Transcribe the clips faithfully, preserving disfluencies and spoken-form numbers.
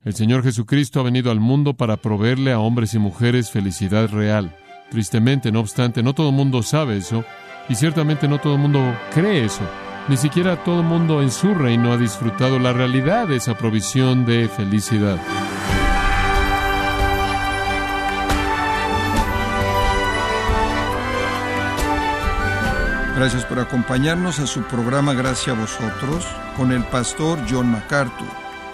El Señor Jesucristo ha venido al mundo para proveerle a hombres y mujeres felicidad real. Tristemente, no obstante, no todo el mundo sabe eso, y ciertamente no todo el mundo cree eso. Ni siquiera todo el mundo en su reino ha disfrutado la realidad de esa provisión de felicidad. Gracias por acompañarnos a su programa Gracias a Vosotros con el pastor John MacArthur.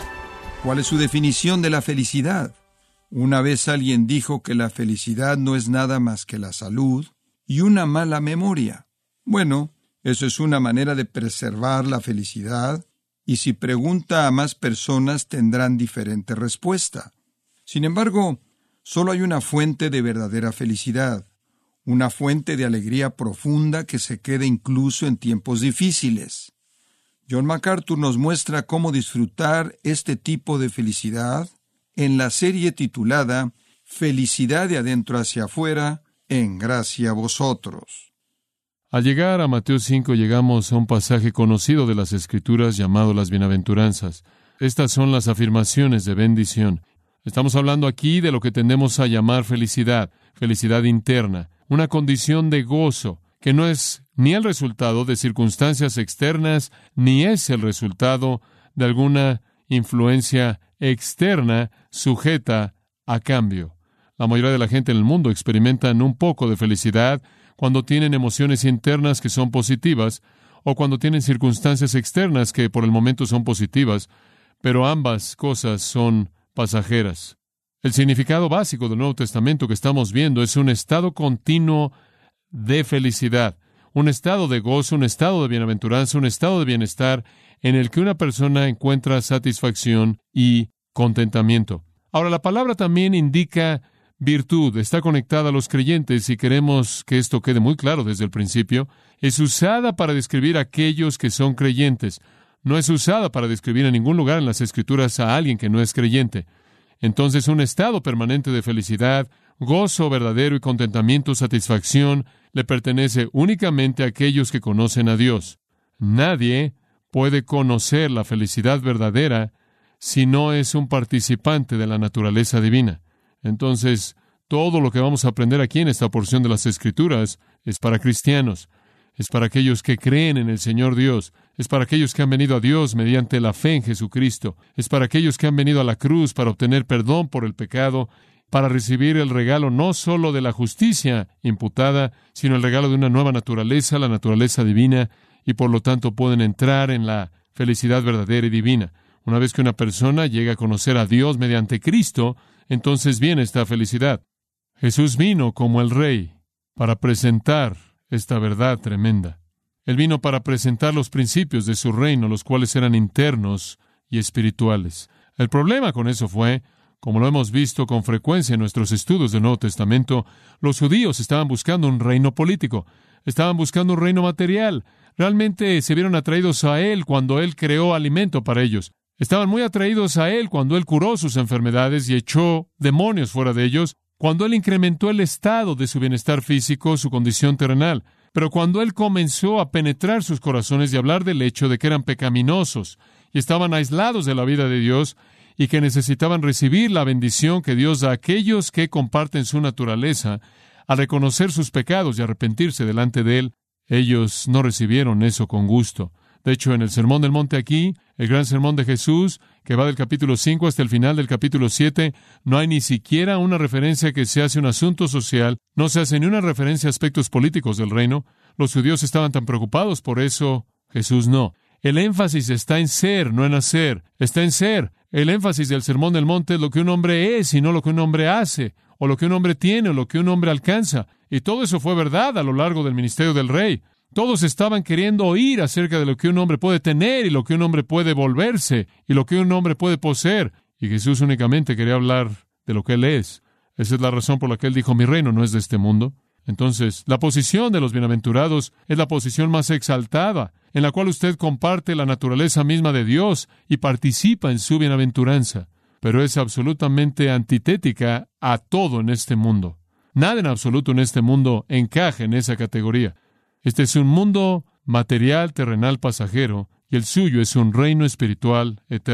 ¿Cuál es su definición de la felicidad? Una vez alguien dijo que la felicidad no es nada más que la salud y una mala memoria. Bueno, eso es una manera de preservar la felicidad, y si pregunta a más personas tendrán diferente respuesta. Sin embargo, solo hay una fuente de verdadera felicidad, una fuente de alegría profunda que se queda incluso en tiempos difíciles. John MacArthur nos muestra cómo disfrutar este tipo de felicidad en la serie titulada Felicidad de adentro hacia afuera, en gracia a vosotros. Al llegar a Mateo cinco llegamos a un pasaje conocido de las Escrituras llamado las Bienaventuranzas. Estas son las afirmaciones de bendición. Estamos hablando aquí de lo que tendemos a llamar felicidad, felicidad interna, una condición de gozo que no es ni el resultado de circunstancias externas, ni es el resultado de alguna influencia externa sujeta a cambio. La mayoría de la gente en el mundo experimentan un poco de felicidad cuando tienen emociones internas que son positivas o cuando tienen circunstancias externas que por el momento son positivas, pero ambas cosas son pasajeras. El significado básico del Nuevo Testamento que estamos viendo es un estado continuo de felicidad, un estado de gozo, un estado de bienaventuranza, un estado de bienestar en el que una persona encuentra satisfacción y contentamiento. Ahora, la palabra también indica virtud, está conectada a los creyentes y queremos que esto quede muy claro desde el principio. Es usada para describir a aquellos que son creyentes. No es usada para describir en ningún lugar en las Escrituras a alguien que no es creyente. Entonces, un estado permanente de felicidad, gozo verdadero y contentamiento, satisfacción, le pertenece únicamente a aquellos que conocen a Dios. Nadie puede conocer la felicidad verdadera si no es un participante de la naturaleza divina. Entonces, todo lo que vamos a aprender aquí en esta porción de las Escrituras es para cristianos, es para aquellos que creen en el Señor Dios, es para aquellos que han venido a Dios mediante la fe en Jesucristo, es para aquellos que han venido a la cruz para obtener perdón por el pecado, para recibir el regalo no solo de la justicia imputada, sino el regalo de una nueva naturaleza, la naturaleza divina, y por lo tanto pueden entrar en la felicidad verdadera y divina. Una vez que una persona llega a conocer a Dios mediante Cristo, entonces viene esta felicidad. Jesús vino como el Rey para presentar esta verdad tremenda. Él vino para presentar los principios de su reino, los cuales eran internos y espirituales. El problema con eso fue, como lo hemos visto con frecuencia en nuestros estudios del Nuevo Testamento, los judíos estaban buscando un reino político, estaban buscando un reino material. Realmente se vieron atraídos a Él cuando Él creó alimento para ellos. Estaban muy atraídos a Él cuando Él curó sus enfermedades y echó demonios fuera de ellos, cuando Él incrementó el estado de su bienestar físico, su condición terrenal. Pero cuando Él comenzó a penetrar sus corazones y hablar del hecho de que eran pecaminosos y estaban aislados de la vida de Dios y que necesitaban recibir la bendición que Dios da a aquellos que comparten su naturaleza, al reconocer sus pecados y arrepentirse delante de Él, ellos no recibieron eso con gusto. De hecho, en el Sermón del Monte aquí, el gran sermón de Jesús, que va del capítulo cinco hasta el final del capítulo siete, no hay ni siquiera una referencia que se hace a un asunto social, no se hace ni una referencia a aspectos políticos del reino. Los judíos estaban tan preocupados por eso, Jesús no. El énfasis está en ser, no en hacer. Está en ser. El énfasis del Sermón del Monte es lo que un hombre es y no lo que un hombre hace, o lo que un hombre tiene o lo que un hombre alcanza. Y todo eso fue verdad a lo largo del ministerio del Rey. Todos estaban queriendo oír acerca de lo que un hombre puede tener y lo que un hombre puede volverse y lo que un hombre puede poseer. Y Jesús únicamente quería hablar de lo que Él es. Esa es la razón por la que Él dijo, mi reino no es de este mundo. Entonces, la posición de los bienaventurados es la posición más exaltada, en la cual usted comparte la naturaleza misma de Dios y participa en su bienaventuranza. Pero es absolutamente antitética a todo en este mundo. Nada en absoluto en este mundo encaja en esa categoría. Este es un mundo material, terrenal, pasajero, y el suyo es un reino espiritual eterno.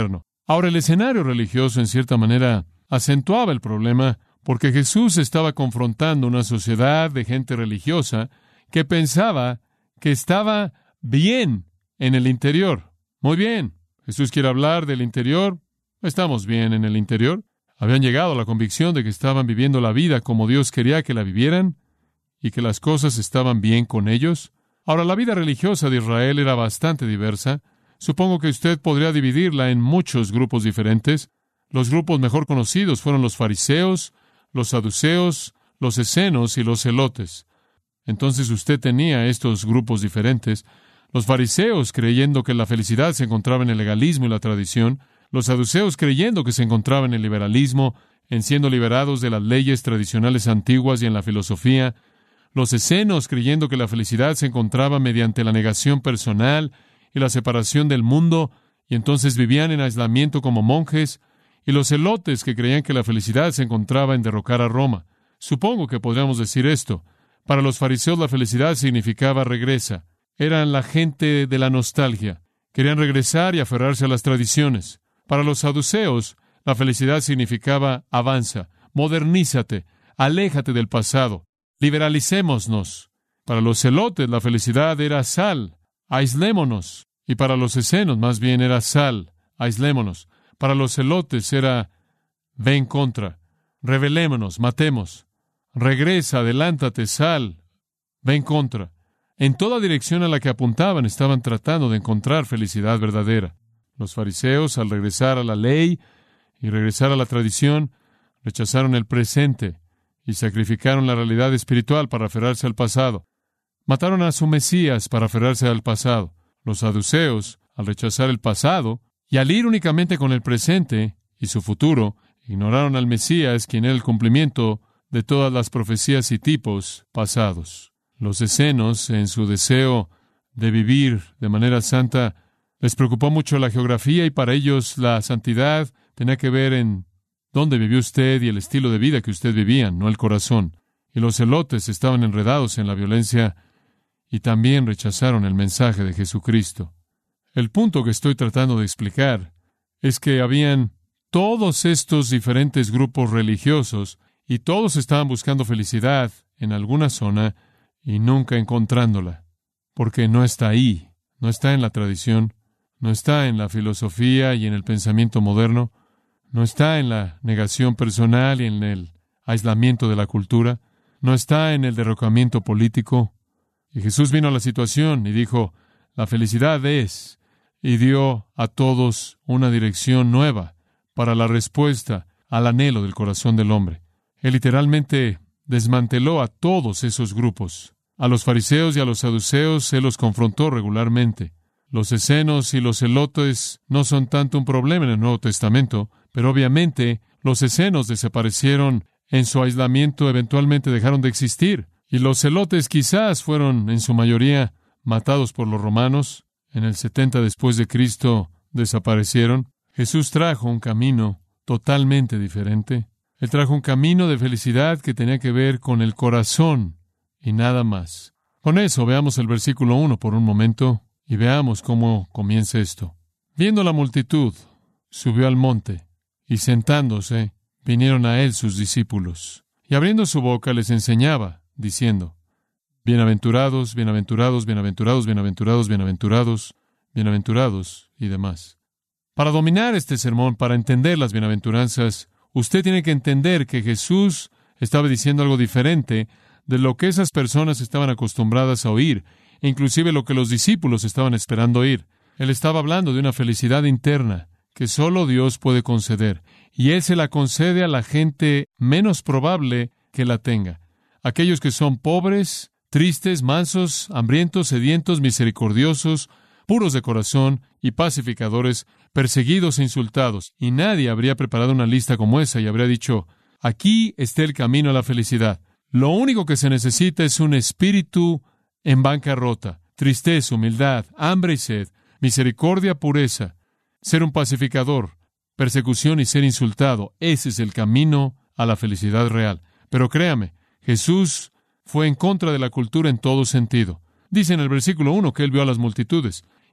Ahora, el escenario religioso, en cierta manera, acentuaba el problema porque Jesús estaba confrontando una sociedad de gente religiosa que pensaba que estaba bien en el interior. Muy bien, Jesús quiere hablar del interior. Estamos bien en el interior. Habían llegado a la convicción de que estaban viviendo la vida como Dios quería que la vivieran y que las cosas estaban bien con ellos. Ahora, la vida religiosa de Israel era bastante diversa. Supongo que usted podría dividirla en muchos grupos diferentes. Los grupos mejor conocidos fueron los fariseos, los saduceos, los essenos y los celotes. Entonces usted tenía estos grupos diferentes. Los fariseos creyendo que la felicidad se encontraba en el legalismo y la tradición. Los saduceos creyendo que se encontraba en el liberalismo, en siendo liberados de las leyes tradicionales antiguas y en la filosofía. Los essenos creyendo que la felicidad se encontraba mediante la negación personal y la separación del mundo, y entonces vivían en aislamiento como monjes. Y los celotes que creían que la felicidad se encontraba en derrocar a Roma. Supongo que podríamos decir esto. Para los fariseos la felicidad significaba regresa. Eran la gente de la nostalgia. Querían regresar y aferrarse a las tradiciones. Para los saduceos, la felicidad significaba avanza, modernízate, aléjate del pasado, liberalicémonos. Para los celotes, la felicidad era sal, aislémonos. Y para los essenos, más bien, era sal, aislémonos. Para los celotes era ve en contra, rebelémonos, matemos, regresa, adelántate, sal, ve en contra. En toda dirección a la que apuntaban estaban tratando de encontrar felicidad verdadera. Los fariseos, al regresar a la ley y regresar a la tradición, rechazaron el presente y sacrificaron la realidad espiritual para aferrarse al pasado. Mataron a su Mesías para aferrarse al pasado. Los saduceos, al rechazar el pasado y al ir únicamente con el presente y su futuro, ignoraron al Mesías, quien era el cumplimiento de todas las profecías y tipos pasados. Los essenos, en su deseo de vivir de manera santa, les preocupó mucho la geografía y para ellos la santidad tenía que ver en dónde vivió usted y el estilo de vida que usted vivía, no el corazón. Y los celotes estaban enredados en la violencia y también rechazaron el mensaje de Jesucristo. El punto que estoy tratando de explicar es que habían todos estos diferentes grupos religiosos y todos estaban buscando felicidad en alguna zona y nunca encontrándola, porque no está ahí, no está en la tradición, no está en la filosofía y en el pensamiento moderno, no está en la negación personal y en el aislamiento de la cultura, no está en el derrocamiento político. Y Jesús vino a la situación y dijo, la felicidad es, y dio a todos una dirección nueva para la respuesta al anhelo del corazón del hombre. Él literalmente desmanteló a todos esos grupos. A los fariseos y a los saduceos Él los confrontó regularmente. Los essenos y los celotes no son tanto un problema en el Nuevo Testamento, pero obviamente los essenos desaparecieron en su aislamiento, eventualmente dejaron de existir. Y los celotes quizás fueron en su mayoría matados por los romanos. En el setenta después de Cristo desaparecieron. Jesús trajo un camino totalmente diferente. Él trajo un camino de felicidad que tenía que ver con el corazón y nada más. Con eso veamos el versículo uno por un momento y veamos cómo comienza esto. Viendo la multitud, subió al monte y sentándose, vinieron a él sus discípulos. Y abriendo su boca les enseñaba, diciendo, bienaventurados, bienaventurados, bienaventurados, bienaventurados, bienaventurados, bienaventurados y demás. Para dominar este sermón, para entender las bienaventuranzas, usted tiene que entender que Jesús estaba diciendo algo diferente de lo que esas personas estaban acostumbradas a oír, e inclusive lo que los discípulos estaban esperando oír. Él estaba hablando de una felicidad interna que solo Dios puede conceder, y Él se la concede a la gente menos probable que la tenga. Aquellos que son pobres, tristes, mansos, hambrientos, sedientos, misericordiosos, puros de corazón y pacificadores, perseguidos e insultados. Y nadie habría preparado una lista como esa y habría dicho, aquí está el camino a la felicidad. Lo único que se necesita es un espíritu en bancarrota, tristeza, humildad, hambre y sed, misericordia, pureza, ser un pacificador, persecución y ser insultado. Ese es el camino a la felicidad real. Pero créame, Jesús fue en contra de la cultura en todo sentido. Dice en el versículo uno que Él vio a las multitudes.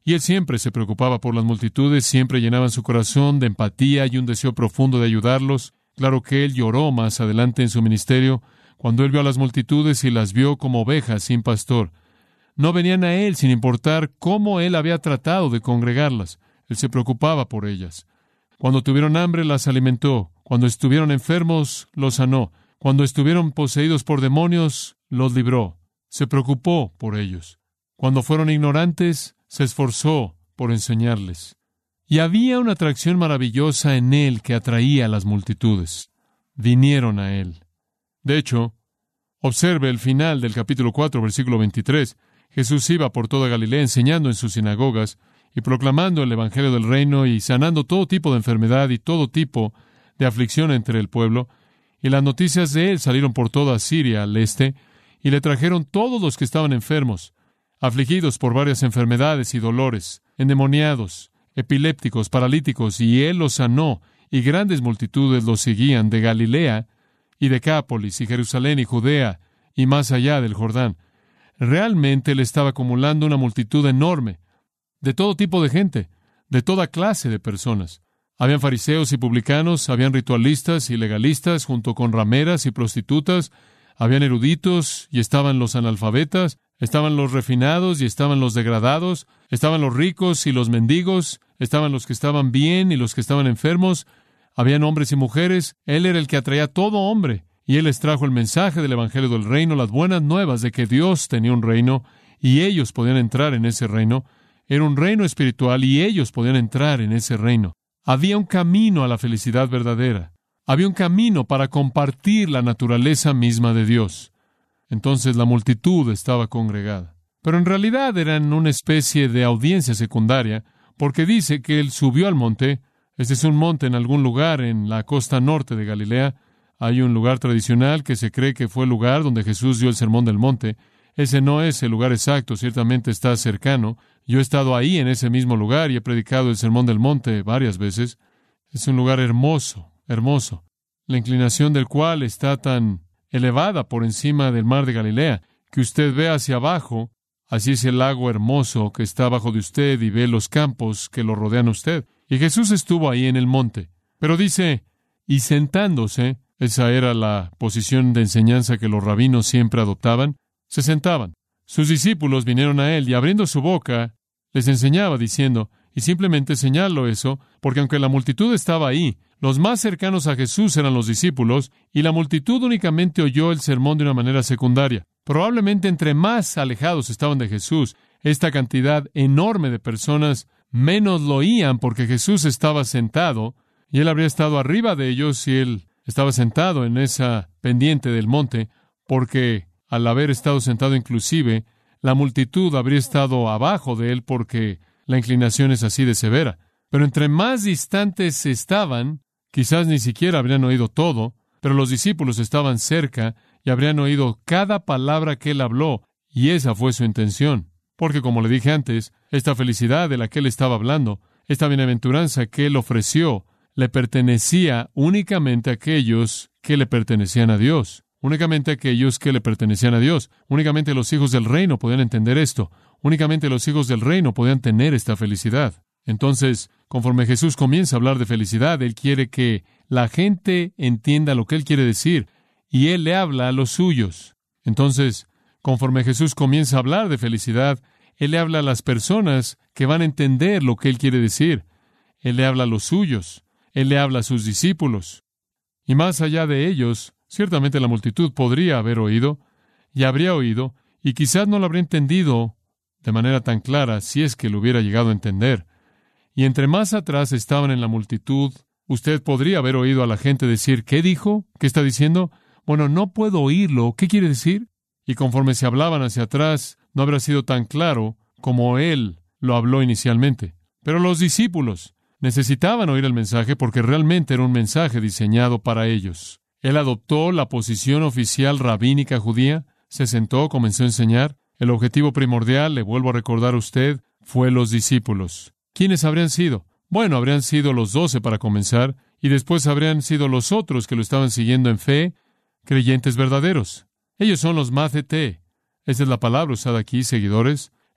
Y él siempre se preocupaba por las multitudes, siempre llenaban su corazón de empatía y un deseo profundo de ayudarlos. Claro que él lloró más adelante en su ministerio, cuando él vio a las multitudes y las vio como ovejas sin pastor. No venían a él sin importar cómo él había tratado de congregarlas. Él se preocupaba por ellas. Cuando tuvieron hambre, las alimentó. Cuando estuvieron enfermos, los sanó. Cuando estuvieron poseídos por demonios, los libró. Se preocupó por ellos. Cuando fueron ignorantes, se esforzó por enseñarles. Y había una atracción maravillosa en él que atraía a las multitudes. Vinieron a él. De hecho, observe el final del capítulo cuatro, versículo veintitrés. Jesús iba por toda Galilea enseñando en sus sinagogas y proclamando el evangelio del reino y sanando todo tipo de enfermedad y todo tipo de aflicción entre el pueblo. Y las noticias de él salieron por toda Siria al este y le trajeron todos los que estaban enfermos, afligidos por varias enfermedades y dolores, endemoniados, epilépticos, paralíticos, y él los sanó, y grandes multitudes los seguían de Galilea y Decápolis y Jerusalén y Judea y más allá del Jordán. Realmente él estaba acumulando una multitud enorme, de todo tipo de gente, de toda clase de personas. Habían fariseos y publicanos, habían ritualistas y legalistas, junto con rameras y prostitutas, habían eruditos y estaban los analfabetas, estaban los refinados y estaban los degradados, estaban los ricos y los mendigos, estaban los que estaban bien y los que estaban enfermos, habían hombres y mujeres. Él era el que atraía a todo hombre, y él les trajo el mensaje del evangelio del reino, las buenas nuevas de que Dios tenía un reino, y ellos podían entrar en ese reino. Era un reino espiritual, y ellos podían entrar en ese reino. Había un camino a la felicidad verdadera. Había un camino para compartir la naturaleza misma de Dios. Entonces la multitud estaba congregada. Pero en realidad eran una especie de audiencia secundaria, porque dice que él subió al monte. Este es un monte en algún lugar en la costa norte de Galilea. Hay un lugar tradicional que se cree que fue el lugar donde Jesús dio el sermón del monte. Ese no es el lugar exacto, ciertamente está cercano. Yo he estado ahí en ese mismo lugar y he predicado el sermón del monte varias veces. Es un lugar hermoso, hermoso, la inclinación del cual está tan elevada por encima del mar de Galilea, que usted ve hacia abajo. Así es el lago hermoso que está abajo de usted y ve los campos que lo rodean a usted. Y Jesús estuvo ahí en el monte. Pero dice, y sentándose, esa era la posición de enseñanza que los rabinos siempre adoptaban, se sentaban. Sus discípulos vinieron a él y abriendo su boca, les enseñaba diciendo, y simplemente señalo eso, porque aunque la multitud estaba ahí, los más cercanos a Jesús eran los discípulos, y la multitud únicamente oyó el sermón de una manera secundaria. Probablemente entre más alejados estaban de Jesús, esta cantidad enorme de personas menos lo oían porque Jesús estaba sentado, y él habría estado arriba de ellos y él estaba sentado en esa pendiente del monte, porque al haber estado sentado inclusive, la multitud habría estado abajo de él porque la inclinación es así de severa. Pero entre más distantes estaban, quizás ni siquiera habrían oído todo, pero los discípulos estaban cerca y habrían oído cada palabra que él habló, y esa fue su intención. Porque, como le dije antes, esta felicidad de la que él estaba hablando, esta bienaventuranza que él ofreció, le pertenecía únicamente a aquellos que le pertenecían a Dios. Únicamente a aquellos que le pertenecían a Dios. Únicamente los hijos del reino podían entender esto. Únicamente los hijos del reino podían tener esta felicidad. Entonces, conforme Jesús comienza a hablar de felicidad, Él quiere que la gente entienda lo que Él quiere decir, y Él le habla a los suyos. Entonces, conforme Jesús comienza a hablar de felicidad, Él le habla a las personas que van a entender lo que Él quiere decir. Él le habla a los suyos. Él le habla a sus discípulos. Y más allá de ellos, ciertamente la multitud podría haber oído, y habría oído, y quizás no lo habría entendido de manera tan clara si es que lo hubiera llegado a entender. Y entre más atrás estaban en la multitud, usted podría haber oído a la gente decir, ¿qué dijo? ¿Qué está diciendo? Bueno, no puedo oírlo. ¿Qué quiere decir? Y conforme se hablaban hacia atrás, no habrá sido tan claro como él lo habló inicialmente. Pero los discípulos necesitaban oír el mensaje porque realmente era un mensaje diseñado para ellos. Él adoptó la posición oficial rabínica judía, se sentó, comenzó a enseñar. El objetivo primordial, le vuelvo a recordar a usted, fue los discípulos. ¿Quiénes habrían sido? Bueno, habrían sido los doce para comenzar, y después habrían sido los otros que lo estaban siguiendo en fe, creyentes verdaderos. Ellos son los Mathete. Esa es la palabra usada aquí, seguidores.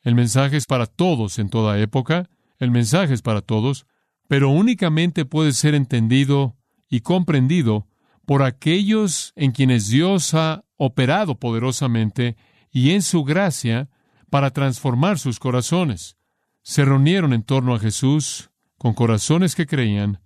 El mensaje es para todos en toda época, el mensaje es para todos, pero únicamente puede ser entendido y comprendido por aquellos en quienes Dios ha operado poderosamente y en su gracia para transformar sus corazones. Se reunieron en torno a Jesús con corazones que creían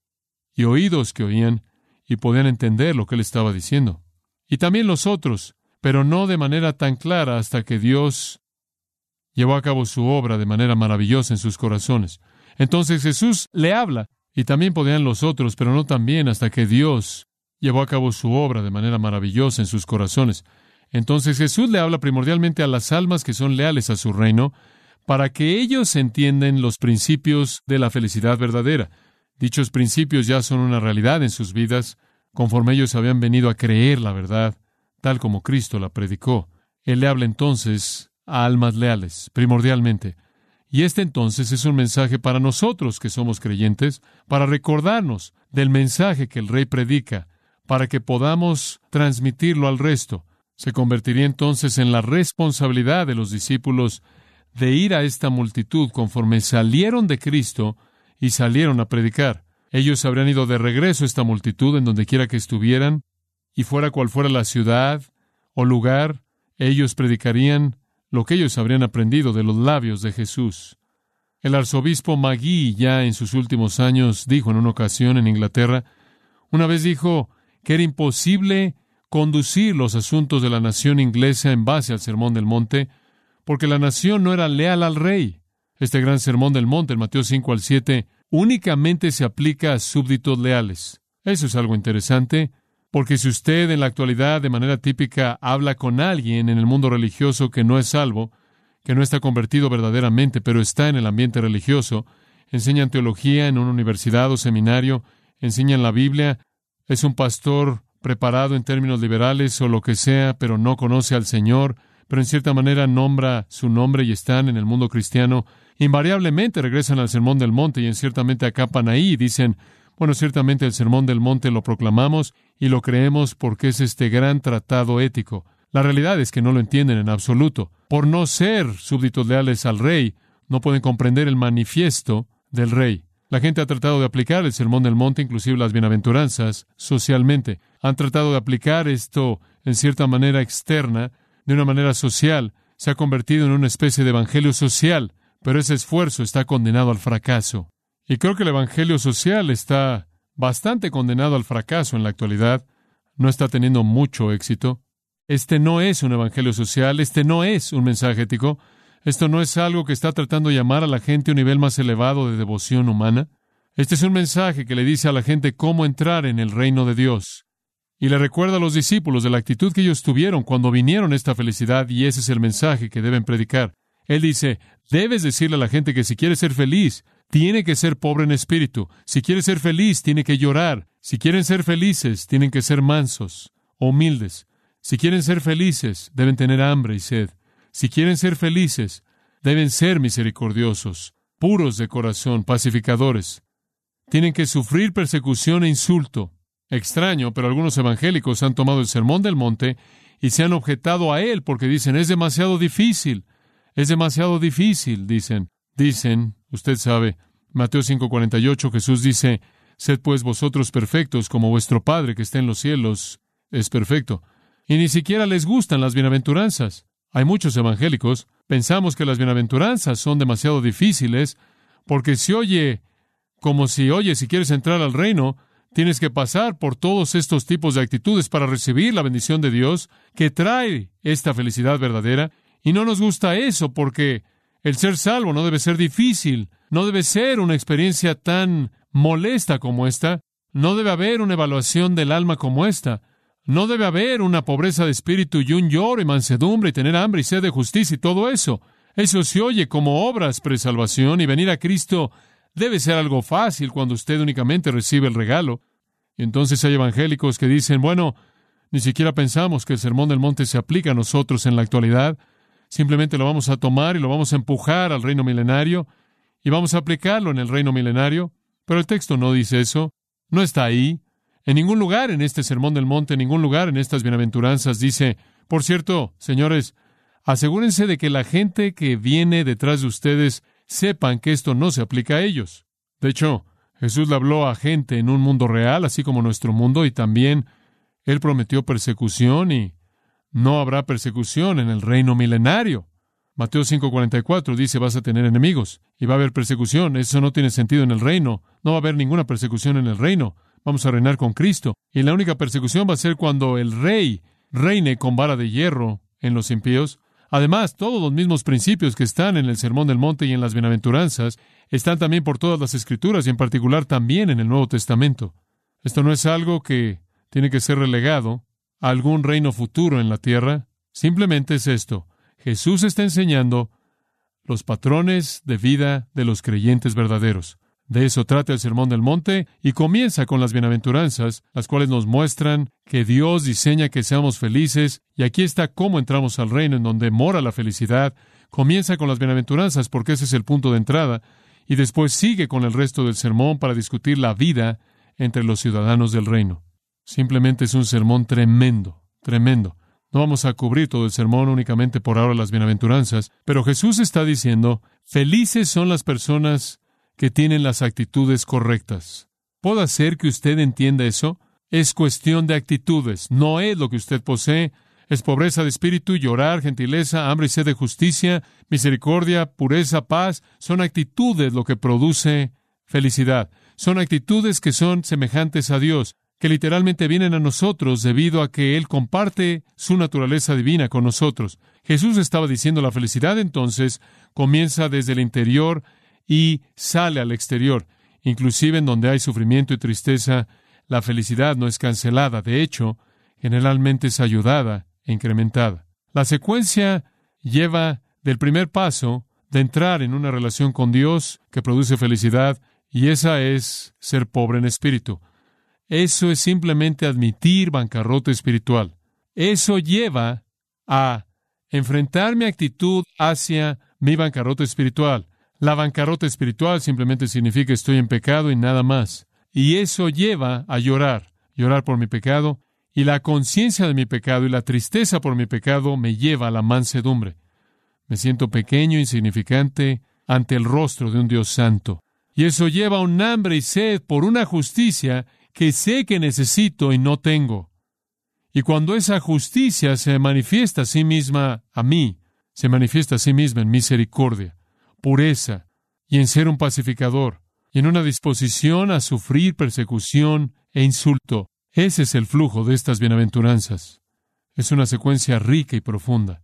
y oídos que oían y podían entender lo que Él estaba diciendo. Y también los otros, pero no de manera tan clara hasta que Dios llevó a cabo su obra de manera maravillosa en sus corazones. Entonces Jesús le habla, y también podían los otros, pero no tan bien hasta que Dios llevó a cabo su obra de manera maravillosa en sus corazones. Entonces Jesús le habla primordialmente a las almas que son leales a su reino, para que ellos entiendan los principios de la felicidad verdadera. Dichos principios ya son una realidad en sus vidas, conforme ellos habían venido a creer la verdad, tal como Cristo la predicó. Él le habla entonces a almas leales, primordialmente. Y este entonces es un mensaje para nosotros que somos creyentes, para recordarnos del mensaje que el Rey predica, para que podamos transmitirlo al resto. Se convertiría entonces en la responsabilidad de los discípulos de ir a esta multitud conforme salieron de Cristo y salieron a predicar. Ellos habrían ido de regreso a esta multitud en donde quiera que estuvieran, y fuera cual fuera la ciudad o lugar, ellos predicarían lo que ellos habrían aprendido de los labios de Jesús. El arzobispo Magee, ya en sus últimos años, dijo en una ocasión en Inglaterra, una vez dijo que era imposible conducir los asuntos de la nación inglesa en base al Sermón del Monte, porque la nación no era leal al rey. Este gran Sermón del Monte, en Mateo cinco al siete, únicamente se aplica a súbditos leales. Eso es algo interesante, porque si usted en la actualidad de manera típica habla con alguien en el mundo religioso que no es salvo, que no está convertido verdaderamente, pero está en el ambiente religioso, enseñan teología en una universidad o seminario, enseñan la Biblia, es un pastor preparado en términos liberales o lo que sea, pero no conoce al Señor, pero en cierta manera nombra su nombre y están en el mundo cristiano, invariablemente regresan al Sermón del Monte y en ciertamente acapan ahí y dicen, bueno, ciertamente el Sermón del Monte lo proclamamos y lo creemos porque es este gran tratado ético. La realidad es que no lo entienden en absoluto. Por no ser súbditos leales al rey, no pueden comprender el manifiesto del rey. La gente ha tratado de aplicar el Sermón del Monte, inclusive las bienaventuranzas, socialmente. Han tratado de aplicar esto en cierta manera externa, de una manera social. Se ha convertido en una especie de evangelio social, pero ese esfuerzo está condenado al fracaso. Y creo que el evangelio social está bastante condenado al fracaso en la actualidad. No está teniendo mucho éxito. Este no es un evangelio social, este no es un mensaje ético. Esto no es algo que está tratando de llamar a la gente a un nivel más elevado de devoción humana. Este es un mensaje que le dice a la gente cómo entrar en el reino de Dios. Y le recuerda a los discípulos de la actitud que ellos tuvieron cuando vinieron a esta felicidad, y ese es el mensaje que deben predicar. Él dice, debes decirle a la gente que si quiere ser feliz, tiene que ser pobre en espíritu. Si quiere ser feliz, tiene que llorar. Si quieren ser felices, tienen que ser mansos, humildes. Si quieren ser felices, deben tener hambre y sed. Si quieren ser felices, deben ser misericordiosos, puros de corazón, pacificadores. Tienen que sufrir persecución e insulto. Extraño, pero algunos evangélicos han tomado el Sermón del Monte y se han objetado a él porque dicen, es demasiado difícil. Es demasiado difícil, dicen. Dicen, usted sabe, Mateo cinco cuarenta y ocho, Jesús dice, sed pues vosotros perfectos como vuestro Padre que está en los cielos es perfecto. Y ni siquiera les gustan las bienaventuranzas. Hay muchos evangélicos, pensamos que las bienaventuranzas son demasiado difíciles, porque se oye como si, oye, si quieres entrar al reino, tienes que pasar por todos estos tipos de actitudes para recibir la bendición de Dios que trae esta felicidad verdadera. Y no nos gusta eso porque el ser salvo no debe ser difícil, no debe ser una experiencia tan molesta como esta, no debe haber una evaluación del alma como esta, no debe haber una pobreza de espíritu y un lloro y mansedumbre y tener hambre y sed de justicia y todo eso. Eso se oye como obras presalvación y venir a Cristo debe ser algo fácil cuando usted únicamente recibe el regalo. Y entonces hay evangélicos que dicen, bueno, ni siquiera pensamos que el Sermón del Monte se aplica a nosotros en la actualidad. Simplemente lo vamos a tomar y lo vamos a empujar al reino milenario y vamos a aplicarlo en el reino milenario. Pero el texto no dice eso. No está ahí. En ningún lugar en este Sermón del Monte, en ningún lugar en estas bienaventuranzas dice, por cierto, señores, asegúrense de que la gente que viene detrás de ustedes sepan que esto no se aplica a ellos. De hecho, Jesús le habló a gente en un mundo real, así como nuestro mundo, y también Él prometió persecución, y no habrá persecución en el reino milenario. Mateo cinco cuarenta y cuatro dice, vas a tener enemigos, y va a haber persecución. Eso no tiene sentido en el reino. No va a haber ninguna persecución en el reino. Vamos a reinar con Cristo. Y la única persecución va a ser cuando el rey reine con vara de hierro en los impíos. Además, todos los mismos principios que están en el Sermón del Monte y en las Bienaventuranzas están también por todas las Escrituras y en particular también en el Nuevo Testamento. Esto no es algo que tiene que ser relegado a algún reino futuro en la tierra. Simplemente es esto. Jesús está enseñando los patrones de vida de los creyentes verdaderos. De eso trata el Sermón del Monte y comienza con las Bienaventuranzas, las cuales nos muestran que Dios diseña que seamos felices, y aquí está cómo entramos al reino en donde mora la felicidad. Comienza con las Bienaventuranzas porque ese es el punto de entrada, y después sigue con el resto del sermón para discutir la vida entre los ciudadanos del reino. Simplemente es un sermón tremendo, tremendo. No vamos a cubrir todo el sermón únicamente por ahora las Bienaventuranzas, pero Jesús está diciendo, felices son las personas que tienen las actitudes correctas. ¿Puedo hacer que usted entienda eso? Es cuestión de actitudes, no es lo que usted posee. Es pobreza de espíritu, llorar, gentileza, hambre y sed de justicia, misericordia, pureza, paz. Son actitudes lo que produce felicidad. Son actitudes que son semejantes a Dios, que literalmente vienen a nosotros debido a que Él comparte su naturaleza divina con nosotros. Jesús estaba diciendo la felicidad entonces comienza desde el interior y sale al exterior. Inclusive en donde hay sufrimiento y tristeza, la felicidad no es cancelada. De hecho, generalmente es ayudada e incrementada. La secuencia lleva del primer paso de entrar en una relación con Dios que produce felicidad, y esa es ser pobre en espíritu. Eso es simplemente admitir bancarrota espiritual. Eso lleva a enfrentar mi actitud hacia mi bancarrota espiritual. La bancarrota espiritual simplemente significa estoy en pecado y nada más. Y eso lleva a llorar, llorar por mi pecado, y la conciencia de mi pecado y la tristeza por mi pecado me lleva a la mansedumbre. Me siento pequeño, insignificante, ante el rostro de un Dios santo. Y eso lleva a un hambre y sed por una justicia que sé que necesito y no tengo. Y cuando esa justicia se manifiesta a sí misma a mí, se manifiesta a sí misma en misericordia, pureza y en ser un pacificador, y en una disposición a sufrir persecución e insulto. Ese es el flujo de estas bienaventuranzas. Es una secuencia rica y profunda.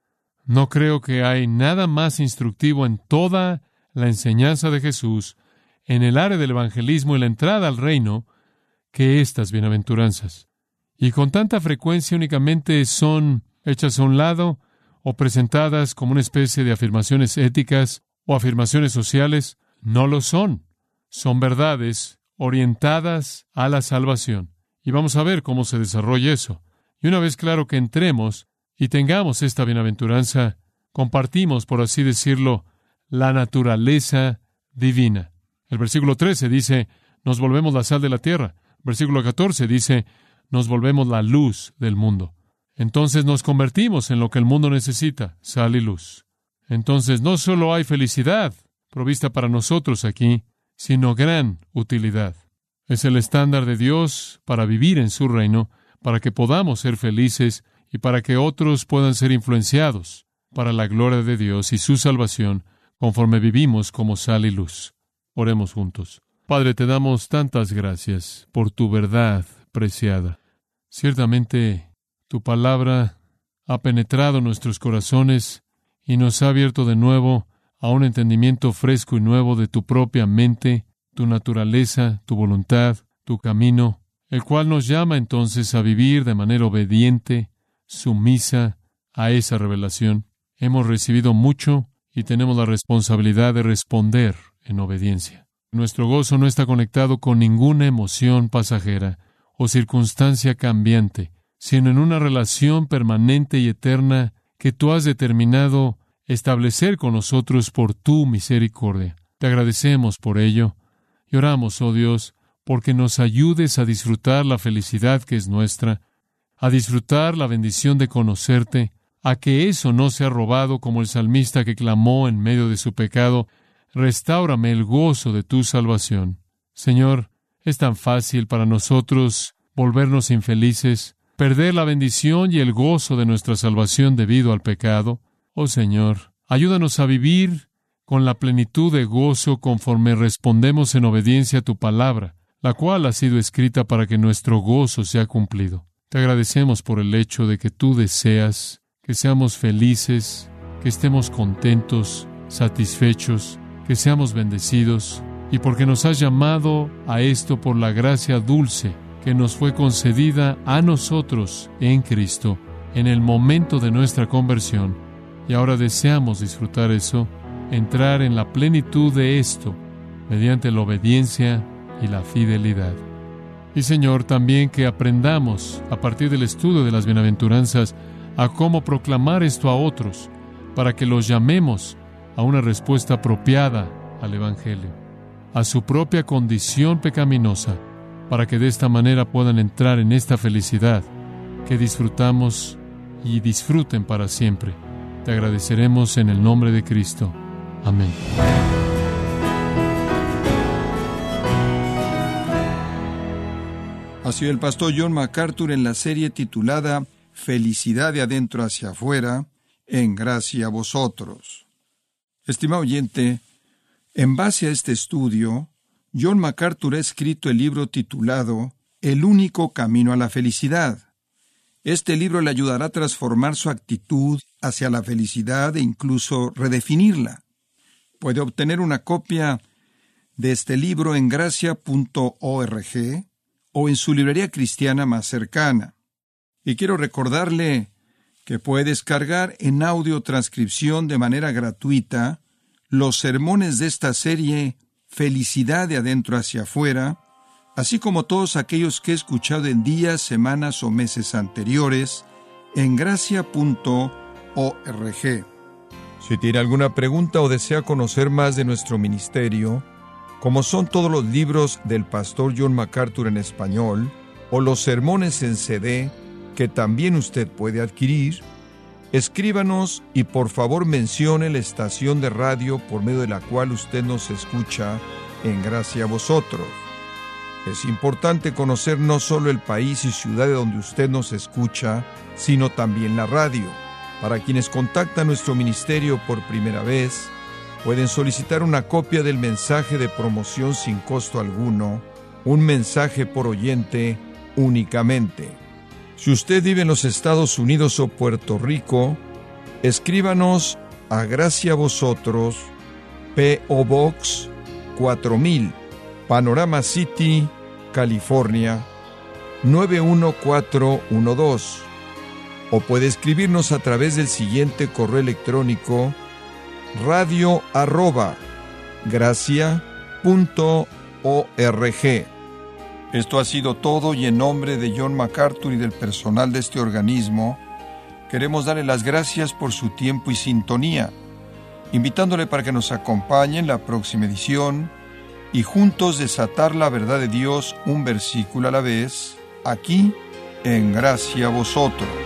No creo que hay nada más instructivo en toda la enseñanza de Jesús, en el área del evangelismo y la entrada al reino, que estas bienaventuranzas. Y con tanta frecuencia únicamente son hechas a un lado o presentadas como una especie de afirmaciones éticas o afirmaciones sociales. No lo son. Son verdades orientadas a la salvación. Y vamos a ver cómo se desarrolla eso. Y una vez claro que entremos y tengamos esta bienaventuranza, compartimos, por así decirlo, la naturaleza divina. El versículo trece dice, nos volvemos la sal de la tierra. Versículo catorce dice, nos volvemos la luz del mundo. Entonces nos convertimos en lo que el mundo necesita, sal y luz. Entonces no solo hay felicidad provista para nosotros aquí, sino gran utilidad. Es el estándar de Dios para vivir en su reino, para que podamos ser felices y para que otros puedan ser influenciados para la gloria de Dios y su salvación conforme vivimos como sal y luz. Oremos juntos. Padre, te damos tantas gracias por tu verdad preciada. Ciertamente, tu palabra ha penetrado nuestros corazones y nos ha abierto de nuevo a un entendimiento fresco y nuevo de tu propia mente, tu naturaleza, tu voluntad, tu camino, el cual nos llama entonces a vivir de manera obediente, sumisa a esa revelación. Hemos recibido mucho y tenemos la responsabilidad de responder en obediencia. Nuestro gozo no está conectado con ninguna emoción pasajera o circunstancia cambiante, sino en una relación permanente y eterna que tú has determinado establecer con nosotros por tu misericordia. Te agradecemos por ello y oramos, oh Dios, porque nos ayudes a disfrutar la felicidad que es nuestra, a disfrutar la bendición de conocerte, a que eso no sea robado, como el salmista que clamó en medio de su pecado: restáurame el gozo de tu salvación. Señor, es tan fácil para nosotros volvernos infelices, perder la bendición y el gozo de nuestra salvación debido al pecado. Oh Señor, ayúdanos a vivir con la plenitud de gozo conforme respondemos en obediencia a tu palabra, la cual ha sido escrita para que nuestro gozo sea cumplido. Te agradecemos por el hecho de que tú deseas que seamos felices, que estemos contentos, satisfechos, que seamos bendecidos, y porque nos has llamado a esto por la gracia dulce que nos fue concedida a nosotros en Cristo en el momento de nuestra conversión. Y ahora deseamos disfrutar eso, entrar en la plenitud de esto mediante la obediencia y la fidelidad. Y Señor, también que aprendamos a partir del estudio de las bienaventuranzas a cómo proclamar esto a otros, para que los llamemos a una respuesta apropiada al Evangelio, a su propia condición pecaminosa, para que de esta manera puedan entrar en esta felicidad que disfrutamos y disfruten para siempre. Te agradeceremos en el nombre de Cristo. Amén. Ha sido el pastor John MacArthur en la serie titulada Felicidad de adentro hacia afuera, en gracia a vosotros. Estimado oyente, en base a este estudio, John MacArthur ha escrito el libro titulado El único camino a la felicidad. Este libro le ayudará a transformar su actitud hacia la felicidad e incluso redefinirla. Puede obtener una copia de este libro en gracia punto org o en su librería cristiana más cercana. Y quiero recordarle que puede descargar en audio transcripción de manera gratuita los sermones de esta serie Felicidad de adentro hacia afuera, así como todos aquellos que he escuchado en días, semanas o meses anteriores en gracia punto org. Si tiene alguna pregunta o desea conocer más de nuestro ministerio, como son todos los libros del pastor John MacArthur en español, o los sermones en C D que también usted puede adquirir, escríbanos y por favor mencione la estación de radio por medio de la cual usted nos escucha en gracia a vosotros. Es importante conocer no solo el país y ciudad de donde usted nos escucha, sino también la radio. Para quienes contactan nuestro ministerio por primera vez, pueden solicitar una copia del mensaje de promoción sin costo alguno, un mensaje por oyente únicamente. Si usted vive en los Estados Unidos o Puerto Rico, escríbanos a Gracia a Vosotros, P O Box cuatro mil, Panorama City, California, nueve uno cuatro uno dos. O puede escribirnos a través del siguiente correo electrónico: radio arroba gracia punto org. Esto ha sido todo, y en nombre de John MacArthur y del personal de este organismo, queremos darle las gracias por su tiempo y sintonía, invitándole para que nos acompañe en la próxima edición y juntos desatar la verdad de Dios un versículo a la vez, aquí en Gracia a Vosotros.